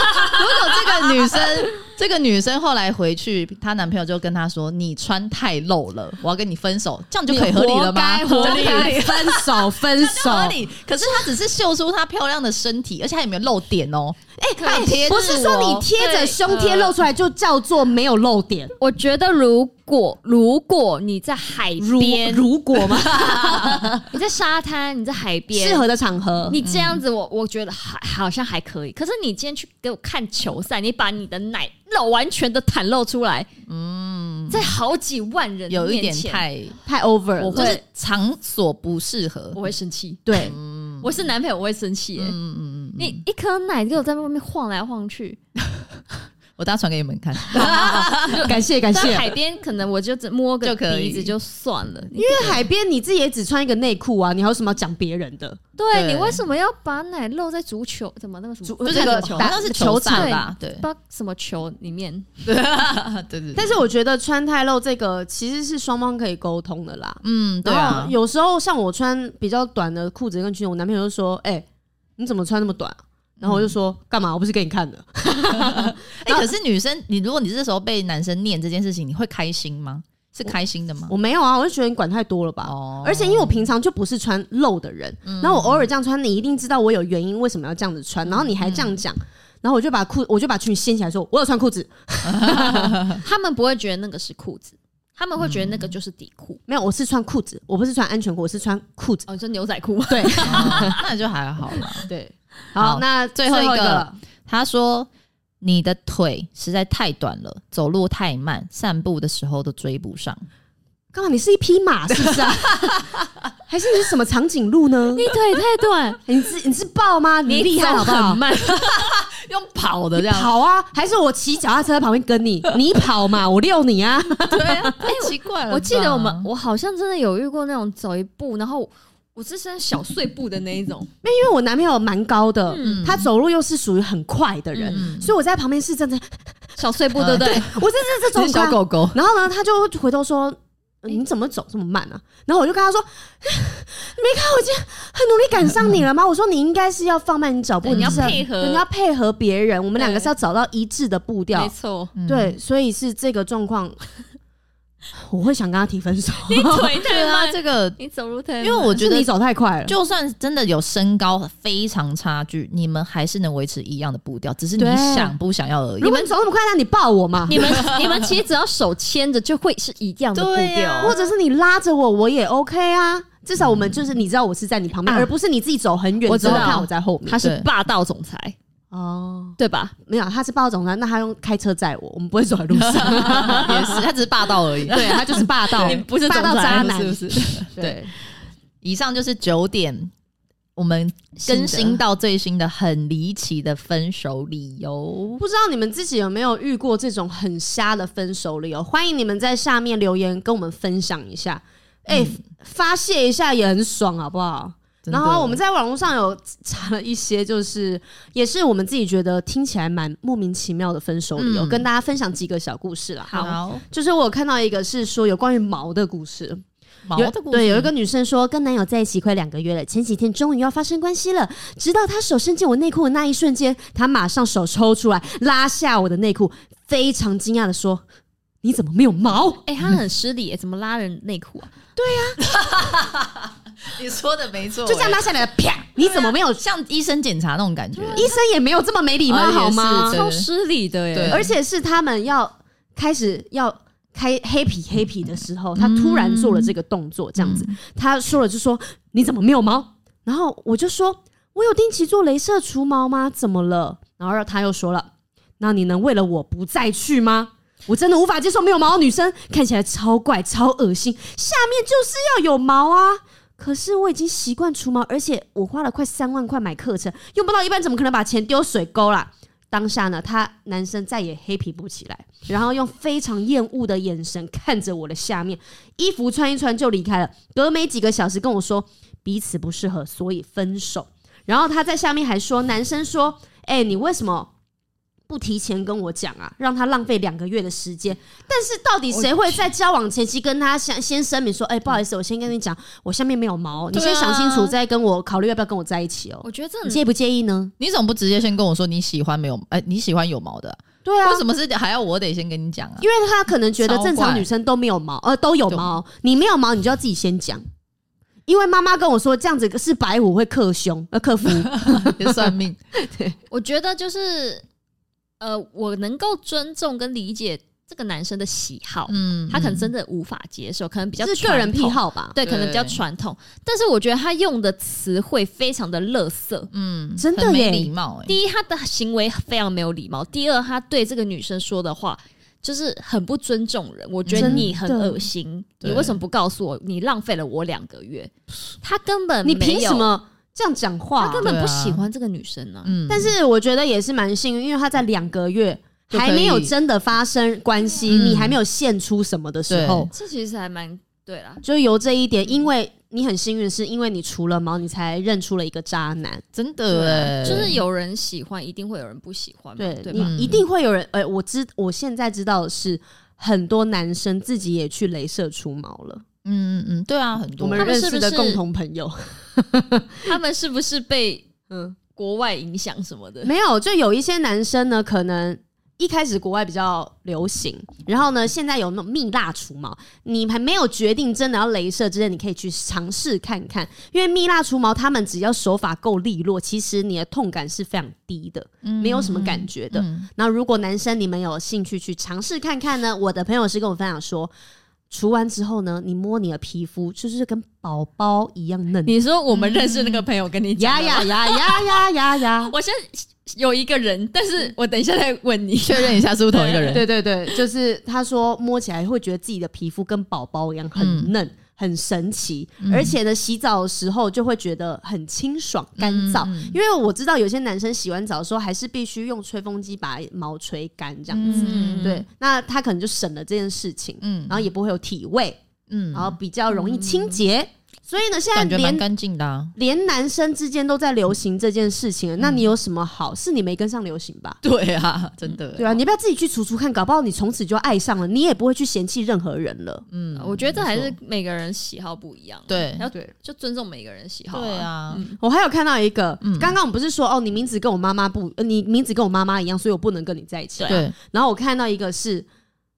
个女生后来回去，她男朋友就跟她说：“你穿太露了，我要跟你分手。”这样就可以合理了吗？ 合理，分手。 合理。可是她只是秀出她漂亮的身体，而且她也没有露点哦。 不是说你贴着胸贴露出来就叫做没有露点。 我觉得如果你在海边， 如果吗？ 你在沙滩，你在海边适合的场合， 你这样子我觉得好像还可以。可是你今天去给我看球赛，你把你的奶完全的袒露出来，在好几万人有一点太 over 了， 就是场所不适合， 我会生气。 对， 我是男朋友我会生气耶。你一颗奶给我在外面晃来晃去。 我等下传给你们看。 感谢。 在海边可能我就只摸个鼻子就算了， 因为海边你自己也只穿一个内裤啊，你还有什么要讲别人的？ 对，你为什么要把奶露在足球？怎么那个什么？ 这个好像是球场吧？对， 不知道什么球里面。 对。 但是我觉得穿太露这个其实是双方可以沟通的啦。 对啊。 有时候像我穿比较短的裤子跟裙子，我男朋友就说：“你怎么穿那么短啊？”然后我就说干嘛？我不是给你看的。 可是女生，如果你这时候被男生念这件事情，你会开心吗？是开心的吗？ 我没有啊，我就觉得你管太多了吧。而且因为我平常就不是穿露的人，然后我偶尔这样穿，你一定知道我有原因为什么要这样子穿，然后你还这样讲，然后我就把裙掀起来说我有穿裤子。 他们不会觉得那个是裤子，他们会觉得那个就是底裤。 没有，我是穿裤子，我不是穿安全裤，我是穿裤子。 你说牛仔裤？ 对。 那就还好啦。 对。好，那最后一个， 他说你的腿实在太短了，走路太慢，散步的时候都追不上。 刚好你是一匹马是不是啊？还是你是什么长颈鹿呢？ 你腿太短， 你是豹吗？你厉害好不好？ 很慢， 用跑的这样跑啊？还是我骑脚踏车在旁边跟你？你跑嘛，我遛你啊？ 对啊，太奇怪了。 我记得我好像真的有遇过那种走一步，然后我是穿小碎步的那一种。 因为我男朋友蛮高的，他走路又是属于很快的人，所以我在旁边是真的小碎步，对不对？ 我是这种小狗狗。 然后呢，他就回头说。你怎么走这么慢啊？然后我就跟他说：“你没看我今天很努力赶上你了吗？”我说：“你应该是要放慢你脚步， 你要配合， 你要配合别人。我们两个是要找到一致的步调。” 没错， 对，所以是这个状况。 我会想跟他提分手。 你腿对啊， 太慢， 这个你走路太慢， 因为我觉得是你走太快了， 就算真的有身高非常差距，你们还是能维持一样的步调，只是你对想不想要而已。 如果你走那么快，那你抱我嘛？ 你们其实只要手牵着就会是一样的步调， 对啊或者是你拉着我，我也 OK 啊。至少我们就是你知道我是在你旁边，而不是你自己走很远我知道之后看我在后面。 他是对霸道总裁， 哦， 对吧？ 没有，他是霸道总裁，那他用开车载我，我们不会走在路上。 也是，他只是霸道而已。 对，他就是霸道， 你不是霸道总裁渣男， 是不是？ 对， 以上就是9点，我们更新到最新的很离奇的分手理由。 不知道你们自己有没有遇过这种很瞎的分手理由？欢迎你们在下面留言跟我们分享一下。发泄一下也很爽，好不好？然后我们在网络上有查了一些，就是也是我们自己觉得听起来蛮莫名其妙的分手理由，跟大家分享几个小故事啦。 好， 就是我有看到一个是说有关于毛的故事。 毛的故事， 对，有一个女生说跟男友在一起快2个月了，前几天终于要发生关系了，直到他手伸进我内裤的那一瞬间，他马上手抽出来拉下我的内裤，非常惊讶的说：“你怎么没有毛？” 他很失礼耶，怎么拉人内裤啊？ 你说的没错， 就这样拉下来了，啪！你怎么没有？ 像医生检查那种感觉？ 医生也没有这么没礼貌好吗？ 对超失礼的耶！ 而且是他们要开始要开黑皮的时候，他突然做了这个动作，这样子，他说了就说：“你怎么没有毛？”然后我就说：“我有定期做雷射除毛吗？怎么了？”然后他又说了：“那你能为了我不再去吗？”我真的无法接受没有毛的女生，看起来超怪超恶心，下面就是要有毛啊！可是我已经习惯除毛，而且我花了快3万块买课程，用不到一半，怎么可能把钱丢水沟啦？当下呢，男生再也黑皮不起来，然后用非常厌恶的眼神看着我的下面，衣服穿一穿就离开了。隔没几个小时跟我说彼此不适合，所以分手。然后他在下面还说，男生说：“你为什么不提前跟我讲啊，让他浪费2个月的时间？”但是到底谁会在交往前期跟他先声明说：“不好意思，我先跟你讲，我下面没有毛，你先想清楚，再跟我考虑要不要跟我在一起哦。” 我觉得这你介不介意呢？ 你怎么不直接先跟我说你喜欢没有？你喜欢有毛的？ 对啊， 为什么是还要我得先跟你讲啊？ 因为他可能觉得正常女生都没有毛，都有毛，你没有毛，你就要自己先讲。因为妈妈跟我说这样子是白虎会克夫， 算命。 对， 我觉得就是我能够尊重跟理解这个男生的喜好，他可能真的无法接受，可能比较是个人癖好吧？ 对，可能比较传统。但是我觉得他用的词汇非常的垃圾， 真的耶， 很没礼貌。 第一，他的行为非常没有礼貌；第二，他对这个女生说的话就是很不尊重人。我觉得你很恶心，你为什么不告诉我？你浪费了我2个月，他根本你凭什么这样讲话？ 他根本不喜欢这个女生呢。 但是我觉得也是蛮幸运，因为他在2个月还没有真的发生关系，你还没有献出什么的时候， 这其实还蛮对啦。 就由这一点，因为你很幸运，是因为你除了毛，你才认出了一个渣男。 真的就是有人喜欢，一定会有人不喜欢嘛，对吧？ 你一定会有人。我现在知道的是，很多男生自己也去雷射除毛了。 对啊，很多我们认识的共同朋友， 他们是不是被国外影响什么的？ 没有，就有一些男生呢，可能一开始国外比较流行，然后呢，现在有那种蜜蜡除毛，你还没有决定真的要雷射之前，你可以去尝试看看，因为蜜蜡除毛，他们只要手法够利落，其实你的痛感是非常低的，没有什么感觉的。那如果男生你们有兴趣去尝试看看呢，我的朋友是跟我分享说，除完之后呢，你摸你的皮肤就是跟宝宝一样嫩。 你说我们认识那个朋友跟你讲呀， 我现在有一个人，但是我等一下再问你确认一下是不是同一个人。 对，就是他说摸起来会觉得自己的皮肤跟宝宝一样很嫩。很神奇，而且呢，洗澡的时候就会觉得很清爽、干燥。因为我知道有些男生洗完澡的时候还是必须用吹风机把毛吹干，这样子。对，那他可能就省了这件事情，然后也不会有体味，然后比较容易清洁。所以呢，现在感觉蛮干净的啊， 连男生之间都在流行这件事情，那你有什么好？是你没跟上流行吧？ 对啊，真的， 对啊，你不要自己去除看，搞不好你从此就爱上了，你也不会去嫌弃任何人了。 我觉得这还是每个人喜好不一样， 对， 就尊重每个人喜好。 对啊， 我还有看到一个，刚刚我们不是说你名字跟我妈妈你名字跟我妈妈一样，所以我不能跟你在一起。 对， 然后我看到一个是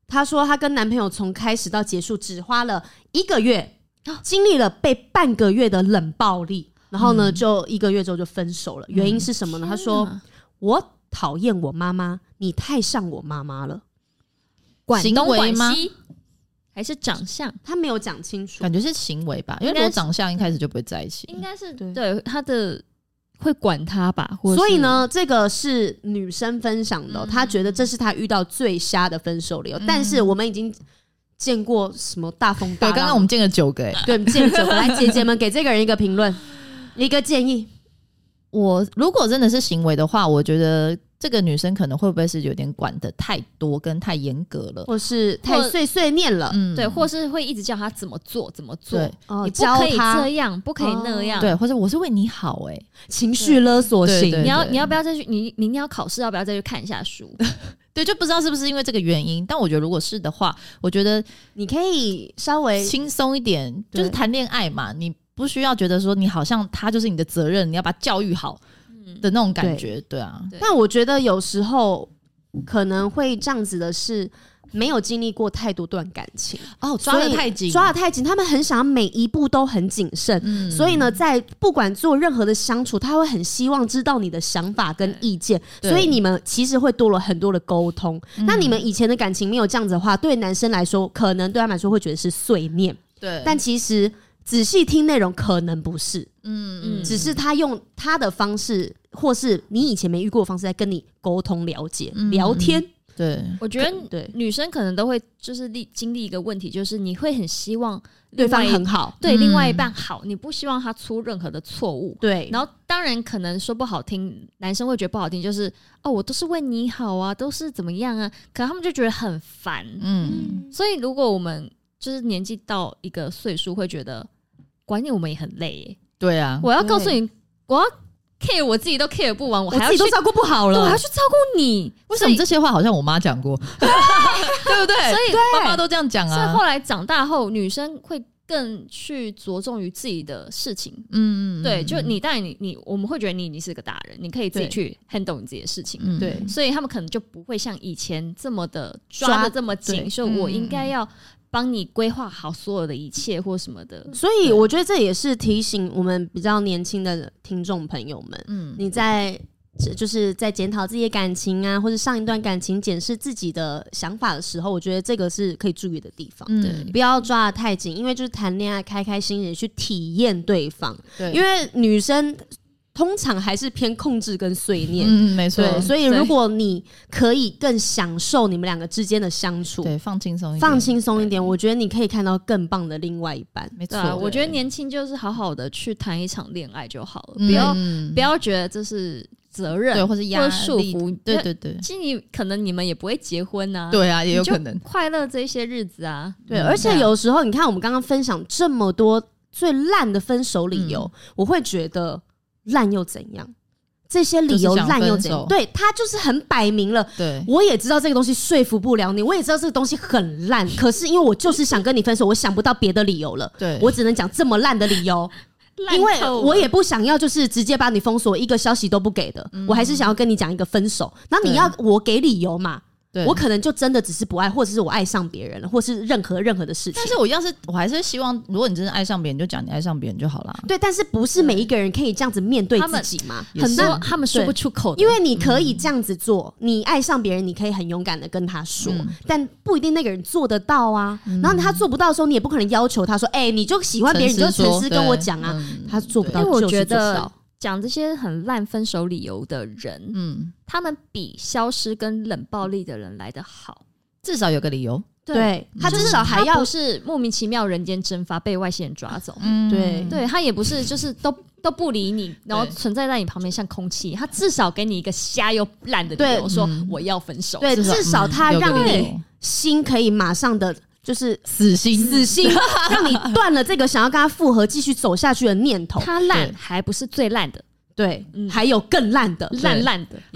她说她跟男朋友从开始到结束只花了1个月，经历了被半个月的冷暴力，然后呢就1个月之后就分手了。原因是什么呢？她说我讨厌我妈妈，你太像我妈妈了。 管东管行为西还是长相？ 她没有讲清楚， 感觉是行为吧，因为如果长相一开始就不会在一起。 应该是对对他的会管他吧，或者是所以呢，这个是女生分享的她觉得这是她遇到最瞎的分手理由。但是我们已经见过什么大风大对， 浪， 刚刚我们见了9个对，我们见了9个。来，姐姐们给这个人一个评论，一个建议。 我如果真的是行为的话，我觉得这个女生可能会不会是有点管得太多跟太严格了， 或是太碎碎念了， 对，或是会一直叫他怎么做怎么做， 对你不可以这样，不可以那样， 对，或者我是为你好， 情绪勒索型。 对你要不要再去？你明天要考试，要不要再去看一下书？ 对，就不知道是不是因为这个原因，但我觉得如果是的话，我觉得你可以稍微轻松一点，就是谈恋爱嘛，你不需要觉得说你好像他就是你的责任，你要把他教育好的那种感觉，对啊。 但我觉得有时候可能会这样子的是，没有经历过太多段感情抓得太紧， 他们很想要每一步都很谨慎，所以呢，在不管做任何的相处，他会很希望知道你的想法跟意见，所以你们其实会多了很多的沟通。那你们以前的感情没有这样子的话，对男生来说，可能对他们来说会觉得是碎念， 对， 但其实仔细听内容可能不是，只是他用他的方式，或是你以前没遇过的方式，在跟你沟通、了解、聊天。 对，我觉得对女生可能都会就是经历一个问题，就是你会很希望对方很好， 对另外一半好，你不希望他出任何的错误。 对， 然后当然可能说不好听，男生会觉得不好听，就是我都是为你好啊，都是怎么样啊，可能他们就觉得很烦。所以如果我们就是年纪到一个岁数，会觉得管你我们也很累耶。 对啊， 我要告诉你，我要 care 我自己都 care 不完，我还要自己都照顾不好了， 我还要去照顾你。 为什么这些话好像我妈讲过，对不对？ 所以妈妈都这样讲啊。 所以后来长大后，女生会更去着重于自己的事情。对，就你当然你我们会觉得你是个大人，你可以自己去 handle 你自己的事情。 对， 所以他们可能就不会像以前这么的抓得这么紧，说我应该要帮你规划好所有的一切或什么的。 所以我觉得这也是提醒我们比较年轻的听众朋友们，你就是在检讨自己的感情啊，或者上一段感情检视自己的想法的时候，我觉得这个是可以注意的地方。对，不要抓得太紧，因为就是谈恋爱开开心心去体验对方。对，因为女生通常还是偏控制跟碎念， 没错。 对，所以如果你可以更享受你们两个之间的相处， 对，放轻松一点， 我觉得你可以看到更棒的另外一半。 没错， 我觉得年轻就是好好的去谈一场恋爱就好了，不要觉得这是责任， 对，或是压力、 束缚。 对， 其实可能你们也不会结婚啊， 对啊，也有可能快乐这些日子啊。 对，而且有时候你看我们刚刚分享这么多最烂的分手理由，我会觉得烂又怎样？这些理由烂又怎样？对，他就是很摆明了。对，我也知道这个东西说服不了你，我也知道这个东西很烂，可是因为我就是想跟你分手，我想不到别的理由了。对，我只能讲这么烂的理由。因为我也不想要就是直接把你封锁，一个消息都不给的，我还是想要跟你讲一个分手。那你要我给理由嘛？我可能就真的只是不爱，或者是我爱上别人了，或是任何的事情。 但是我还是希望，如果你真的爱上别人，就讲你爱上别人就好了。 对，但是不是每一个人可以这样子面对自己嘛？ 很多他们说不出口的， 因为你可以这样子做，你爱上别人，你可以很勇敢的跟他说，但不一定那个人做得到啊。然后他做不到的时候，你也不可能要求他说：“你就喜欢别人，你就诚实跟我讲啊。”他做不到， 因为我觉得讲这些很烂分手理由的人，他们比消失跟冷暴力的人来得好， 至少有个理由。 对，他至少还要不是莫名其妙人间蒸发被外星人抓走。对，他也不是就是都不理你，然后存在在你旁边像空气。他至少给你一个瞎又烂的理由，说我要分手。 对，至少他让你心可以马上的。就是死心，让你断了这个想要跟他复合、继续走下去的念头。 他烂还不是最烂的， 对，还有更烂的， 烂的也有。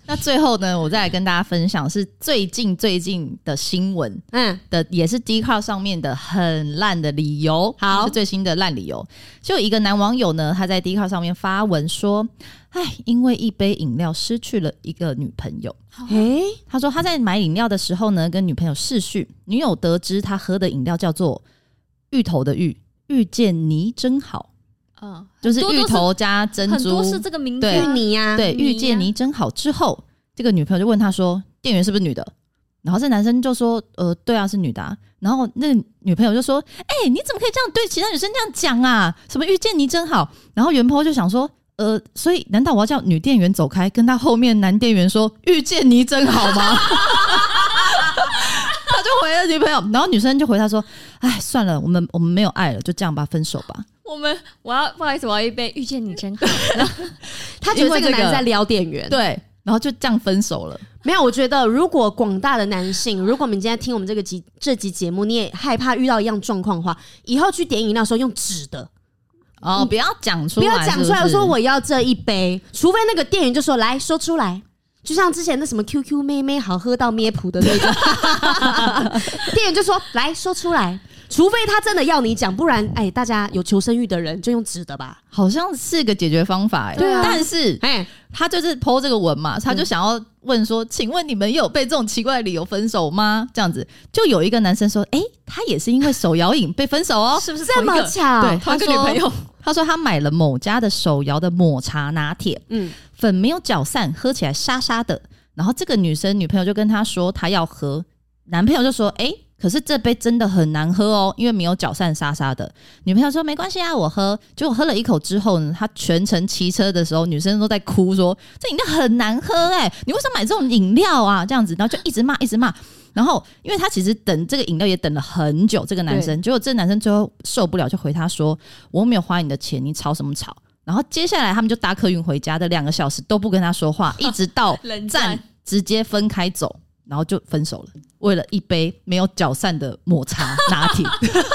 那最后呢，我再来跟大家分享是最近的新闻，的也是 Dcard 上面的很烂的理由， 好， 是最新的烂理由。就有一个男网友呢，他在 Dcard 上面发文说，因为一杯饮料失去了一个女朋友。他说他在买饮料的时候呢，跟女朋友视讯，女友得知他喝的饮料叫做芋头的芋，遇见你真好。就是芋头加珍珠， 很多是这个名字， 芋泥啊， 对，遇见你真好之后，这个女朋友就问他说，店员是不是女的？然后这男生就说，对啊，是女的啊。然后那个女朋友就说，你怎么可以这样对其他女生这样讲啊？什么遇见你真好？然后袁坡就想说，所以难道我要叫女店员走开，跟他后面男店员说遇见你真好吗？他就回了女朋友，然后女生就回他说，算了，我们没有爱了，就这样吧，分手吧。 不好意思，我要一杯遇见你真好。 他觉得这个男人在撩店员， 对，然后就这样分手了。 没有，我觉得如果广大的男性，如果你们今天听我们这集节目，你也害怕遇到一样状况的话，以后去点饮料的时候用纸的不要讲出来， 不要讲出来说我要这一杯，除非那个店员就说来说出来。就像之前那什么 QQ 妹妹好喝到咩噗的那个店员就说来说出来，除非他真的要你讲，不然大家有求生欲的人就用纸的吧， 好像是个解决方法对啊， 但是他就是 po 这个文嘛，他就想要问说，请问你们也有被这种奇怪的理由分手吗？这样子就有一个男生说，他也是因为手摇饮被分手哦， 是不是这么巧？ 对， 同一个女朋友。 他说他买了某家的手摇的抹茶拿铁，粉没有搅散，喝起来沙沙的。然后这个女朋友就跟他说他要喝，男朋友就说可是这杯真的很难喝哦，因为没有搅散沙沙的。女朋友说没关系啊，我喝。结果喝了一口之后呢，他全程骑车的时候，女生都在哭说这饮料很难喝你为什么买这种饮料啊？这样子，然后就一直骂。然后因为他其实等这个饮料也等了很久，这个男生，结果这个男生最后受不了，就回他说我没有花你的钱，你吵什么吵？然后接下来他们就搭客运回家的2个小时都不跟他说话，一直到站直接分开走，然后就分手了，为了一杯没有搅散的抹茶拿铁。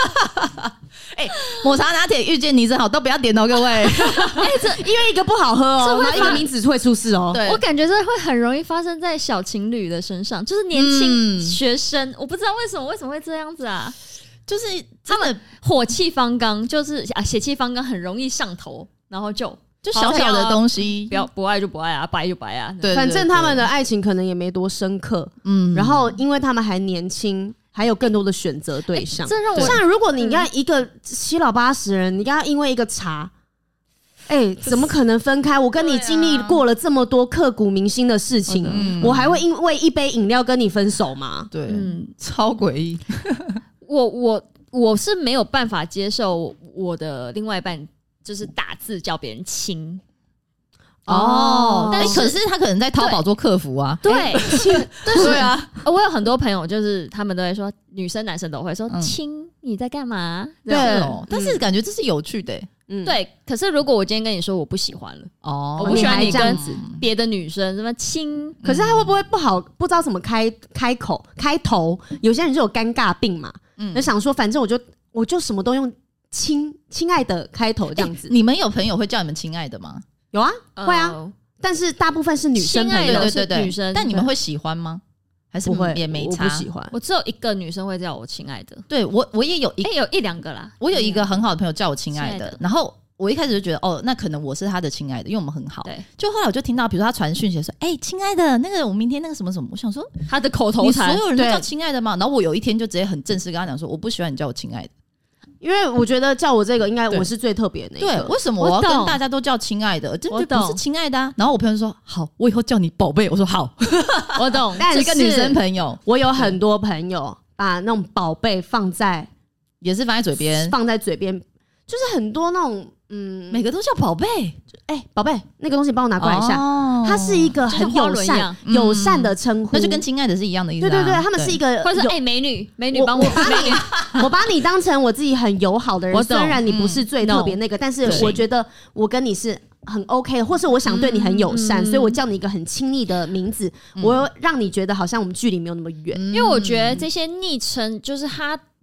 抹茶拿铁遇见你真好，都不要点哦，各位。 因为一个不好喝哦，然后一个名字会出事哦。 我感觉这会很容易发生在小情侣的身上，就是年轻学生，我不知道为什么会这样子啊？ 就是他们火气方刚，就是血气方刚，很容易上头，然后就小小的东西， 不爱就不爱啊，不爱就不爱啊。 对， 反正他们的爱情可能也没多深刻，然后因为他们还年轻。还有更多的选择对象，像如果你看一个7老80人，你跟他因为一个茶，怎么可能分开？我跟你经历过了这么多刻骨铭心的事情，我还会因为一杯饮料跟你分手吗？ 对，超诡异。 我是没有办法接受我的另外一半就是打字叫别人亲。 但是可是他可能在淘宝做客服啊， 对， 对啊， 我有很多朋友，就是他们都会说，女生男生都会说，亲，你在干嘛？ 对但是感觉这是有趣的， 对。可是如果我今天跟你说我不喜欢了，我不喜欢你跟别的女生什么亲， 可是他会不会不知道怎么开头？有些人就有尴尬病嘛，就想说，反正我就什么都用亲爱的开头这样子。 你们有朋友会叫你们亲爱的吗？ 有啊，会啊，但是大部分是女生朋友， 对女生。 但你们会喜欢吗？还是也没差？ 我不喜欢。 我只有一个女生会叫我亲爱的。 对，我也有有1-2个啦。 我有一个很好的朋友叫我亲爱的，然后我一开始就觉得那可能我是他的亲爱的，因为我们很好。对。就后来我就听到，比如说他传讯息说：“亲爱的，那个我明天那个什么什么。”我想说他的口头禅， 你所有人都叫亲爱的吗？然后我有一天就直接很正式跟他讲说：“我不喜欢你叫我亲爱的。” 因为我觉得叫我这个应该我是最特别的那个。 对，为什么我要跟大家都叫亲爱的？这就不是亲爱的啊。然后我朋友说好，我以后叫你宝贝。我说好， 我懂。 但是一个女生朋友， 我有很多朋友把那种宝贝也是放在嘴边， 就是很多那种每个都叫宝贝。 宝贝，那个东西帮我拿过来一下。它是一个很友善的称呼， 那就跟亲爱的是一样的意思。 对，他们是一个， 或者是美女帮我把你当成我自己很友好的人。虽然你不是最特别那个，但是我觉得我跟你是很 OK， 或是我想对你很友善，所以我叫你一个很亲昵的名字，我让你觉得好像我们距离没有那么远。 因为我觉得这些昵称就是它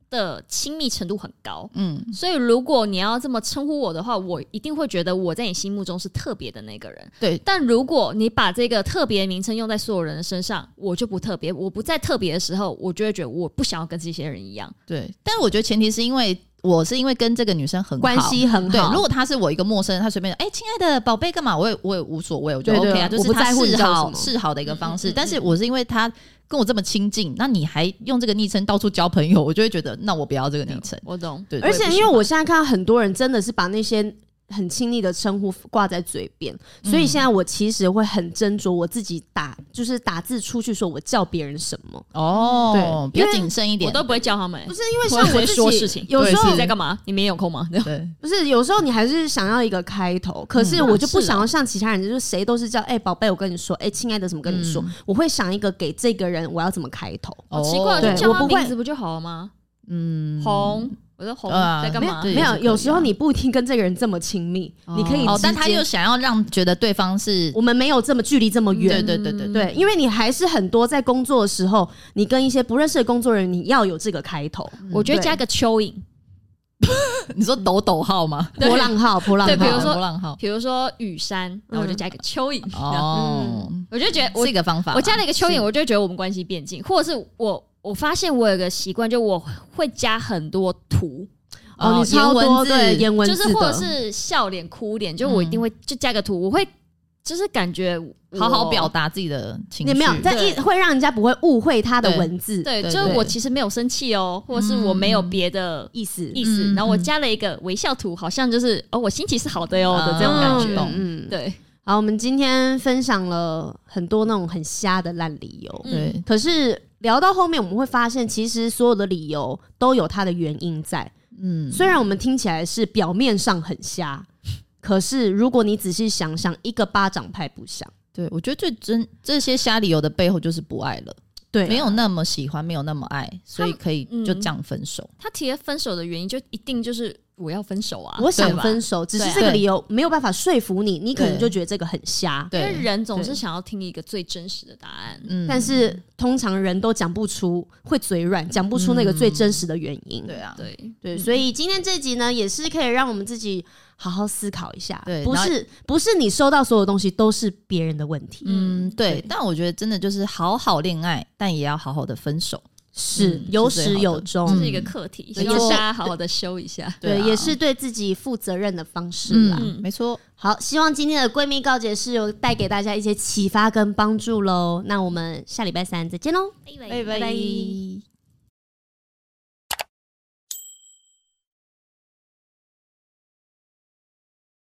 的亲密程度很高，所以如果你要这么称呼我的话，我一定会觉得我在你心目中是特别的那个人。 对， 但如果你把这个特别名称用在所有人的身上，我就不特别。我不在特别的时候，我就会觉得我不想要跟这些人一样。 对，但是我觉得前提是因为我是因为跟这个女生很好， 关系很好。 对，如果她是我一个陌生人，她随便说亲爱的宝贝干嘛，我也无所谓，我觉得 OK 啊，就是她示好的一个方式。但是我是因为她跟我这么亲近，那你还用这个昵称到处交朋友，我就会觉得那我不要这个昵称。 我懂， 对， 而且因为我现在看到很多人真的是把那些很亲昵的称呼挂在嘴边，所以现在我其实会很斟酌我自己就是打字出去说我叫别人什么。 对，比较谨慎一点。 我都不会叫他们， 不是因为像我自己说事情， 有时候你在干嘛？你明天有空吗？ 对， 不是有时候你还是想要一个开头，可是我就不想要像其他人，就是谁都是叫宝贝，我跟你说，亲爱的，什么跟你说，我会想一个给这个人我要怎么开头。 好奇怪，就叫他名字不就好了吗？红。我说红在干嘛？ 没有，有时候你不一定跟这个人这么亲密，你可以但他又想要让觉得对方是我们没有这么距离这么远。对，因为你还是很多在工作的时候，你跟一些不认识的工作人员，你要有这个开头。 我觉得加个蚯蚓。 你说抖号吗？ 波浪号， 对， 比如说雨山，然后我就加一个蚯蚓。我就觉得是一个方法。 我加了一个蚯蚓，我就觉得我们关系变近，或者是我发现我有个习惯，就我会加很多图。 你超多对颜文字， 就是或者是笑脸、哭脸，就我一定会就加个图，我会就是感觉好好表达自己的情绪， 没有，但会让人家不会误会他的文字。 对，就是我其实没有生气哦，或者是我没有别的意思，然后我加了一个微笑图，好像就是我心情是好的哟的这种感觉。对。 好，我们今天分享了很多那种很瞎的烂理由， 对。 可是聊到后面，我们会发现，其实所有的理由都有它的原因在。虽然我们听起来是表面上很瞎，可是如果你仔细想想，一个巴掌拍不响。 对，我觉得这些瞎理由的背后就是不爱了。对，没有那么喜欢，没有那么爱，所以可以就这样分手。 他提了分手的原因，就一定就是我要分手啊， 我想分手，只是这个理由没有办法说服你，你可能就觉得这个很瞎。 因为人总是想要听一个最真实的答案， 但是通常人都讲不出，会嘴软，讲不出那个最真实的原因。 对啊， 对，所以今天这集呢，也是可以让我们自己好好思考一下，不是你收到所有东西都是别人的问题。 对，但我觉得真的就是好好恋爱，但也要好好的分手。 是有始有终， 这是一个课题，希望大家好好的修一下。 对，也是对自己负责任的方式啦。 没错。 好，希望今天的闺蜜告解室有带给大家一些启发跟帮助喽。那我们下礼拜3再见喽， 拜拜。